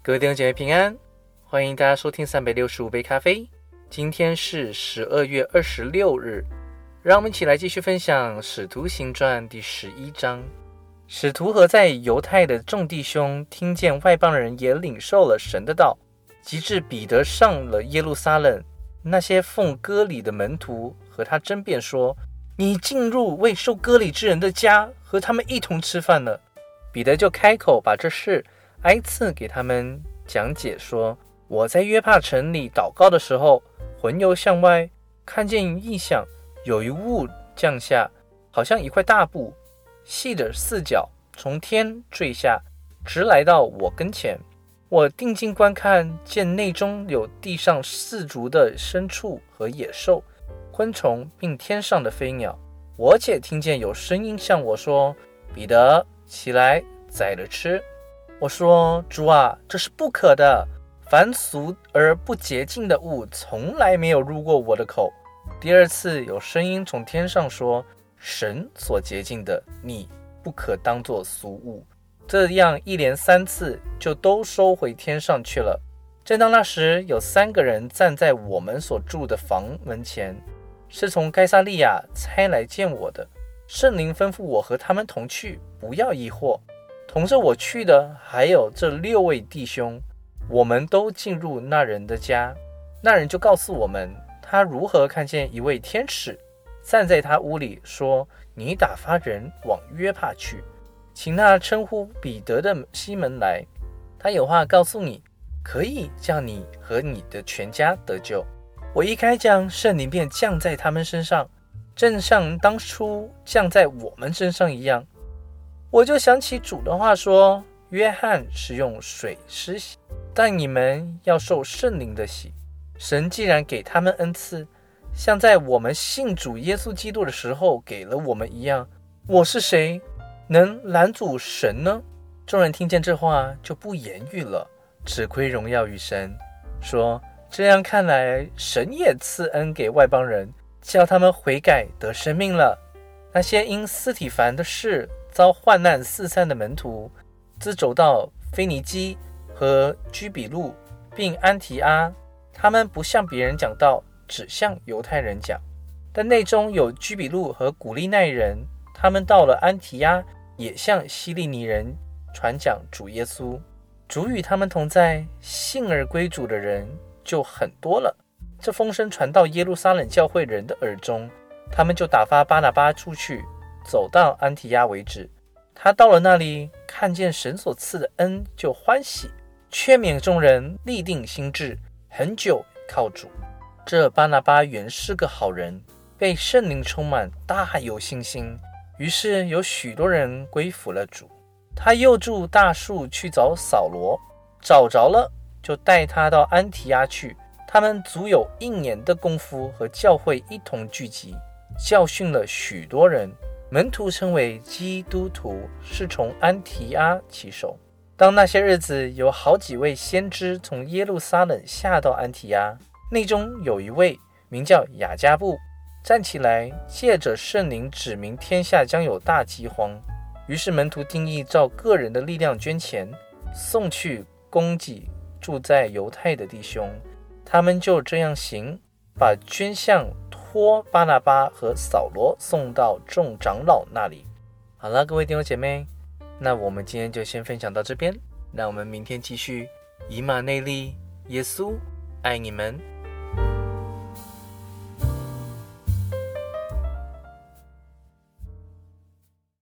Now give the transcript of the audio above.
各位弟兄姐妹平安，欢迎大家收听365杯咖啡。今天是12月26日，让我们一起来继续分享《使徒行传》第11章。使徒和在犹太的众弟兄听见外邦人也领受了神的道，及至彼得上了耶路撒冷，那些奉割礼的门徒和他争辩说：“你进入未受割礼之人的家，和他们一同吃饭了。”彼得就开口把这事挨次给他们讲解说：“我在约帕城里祷告的时候，魂游向外，看见异象，有一物降下，好像一块大布，细的4角，从天坠下，直来到我跟前。我定睛观看，见内中有地上4足的牲畜和野兽、昆虫，并天上的飞鸟。我且听见有声音向我说：彼得，起来，宰了吃。我说：主啊，这是不可的，凡俗而不洁净的物，从来没有入过我的口。第二次有声音从天上说：神所洁净的，你不可当作俗物。这样一连3次，就都收回天上去了。正当那时，有3个人站在我们所住的房门前，是从该撒利亚差来见我的。圣灵吩咐我和他们同去，不要疑惑。同着我去的还有这6位弟兄，我们都进入那人的家。那人就告诉我们，他如何看见一位天使站在他屋里，说：你打发人往约帕去，请那称呼彼得的西门来，他有话告诉你，可以叫你和你的全家得救。我一开讲，圣灵便降在他们身上，正像当初降在我们身上一样。我就想起主的话说：约翰是用水施洗，但你们要受圣灵的洗。神既然给他们恩赐，像在我们信主耶稣基督的时候给了我们一样，我是谁能拦阻神呢？众人听见这话，就不言语了，只归荣耀于神，说：这样看来，神也赐恩给外邦人，叫他们悔改得生命了。那些因斯提凡的事遭患难四散的门徒，自走到腓尼基和居比路，并安提阿，他们不向别人讲道，只向犹太人讲。但内中有居比路和古利奈人，他们到了安提阿，也向希利尼人传讲主耶稣。主与他们同在，信而归主的人就很多了。这风声传到耶路撒冷教会人的耳中，他们就打发巴拿巴出去，走到安提阿为止。他到了那里，看见神所赐的恩，就欢喜，劝勉众人立定心志，很久靠主。这巴拿巴原是个好人，被圣灵充满，大有信心，于是有许多人归服了主。他又住大树去找扫罗，找着了，就带他到安提阿去。他们足有1年的功夫，和教会一同聚集，教训了许多人。门徒称为基督徒，是从安提阿起手。当那些日子，有好几位先知从耶路撒冷下到安提阿，内中有一位名叫雅加布，站起来，借着圣灵指明天下将有大饥荒。于是门徒定义照个人的力量捐钱，送去供给住在犹太的弟兄。他们就这样行，把捐项托巴拿巴和扫罗送到众长老那里。好了，各位弟兄姐妹，那我们今天就先分享到这边，那我们明天继续。以马内利，耶稣爱你们。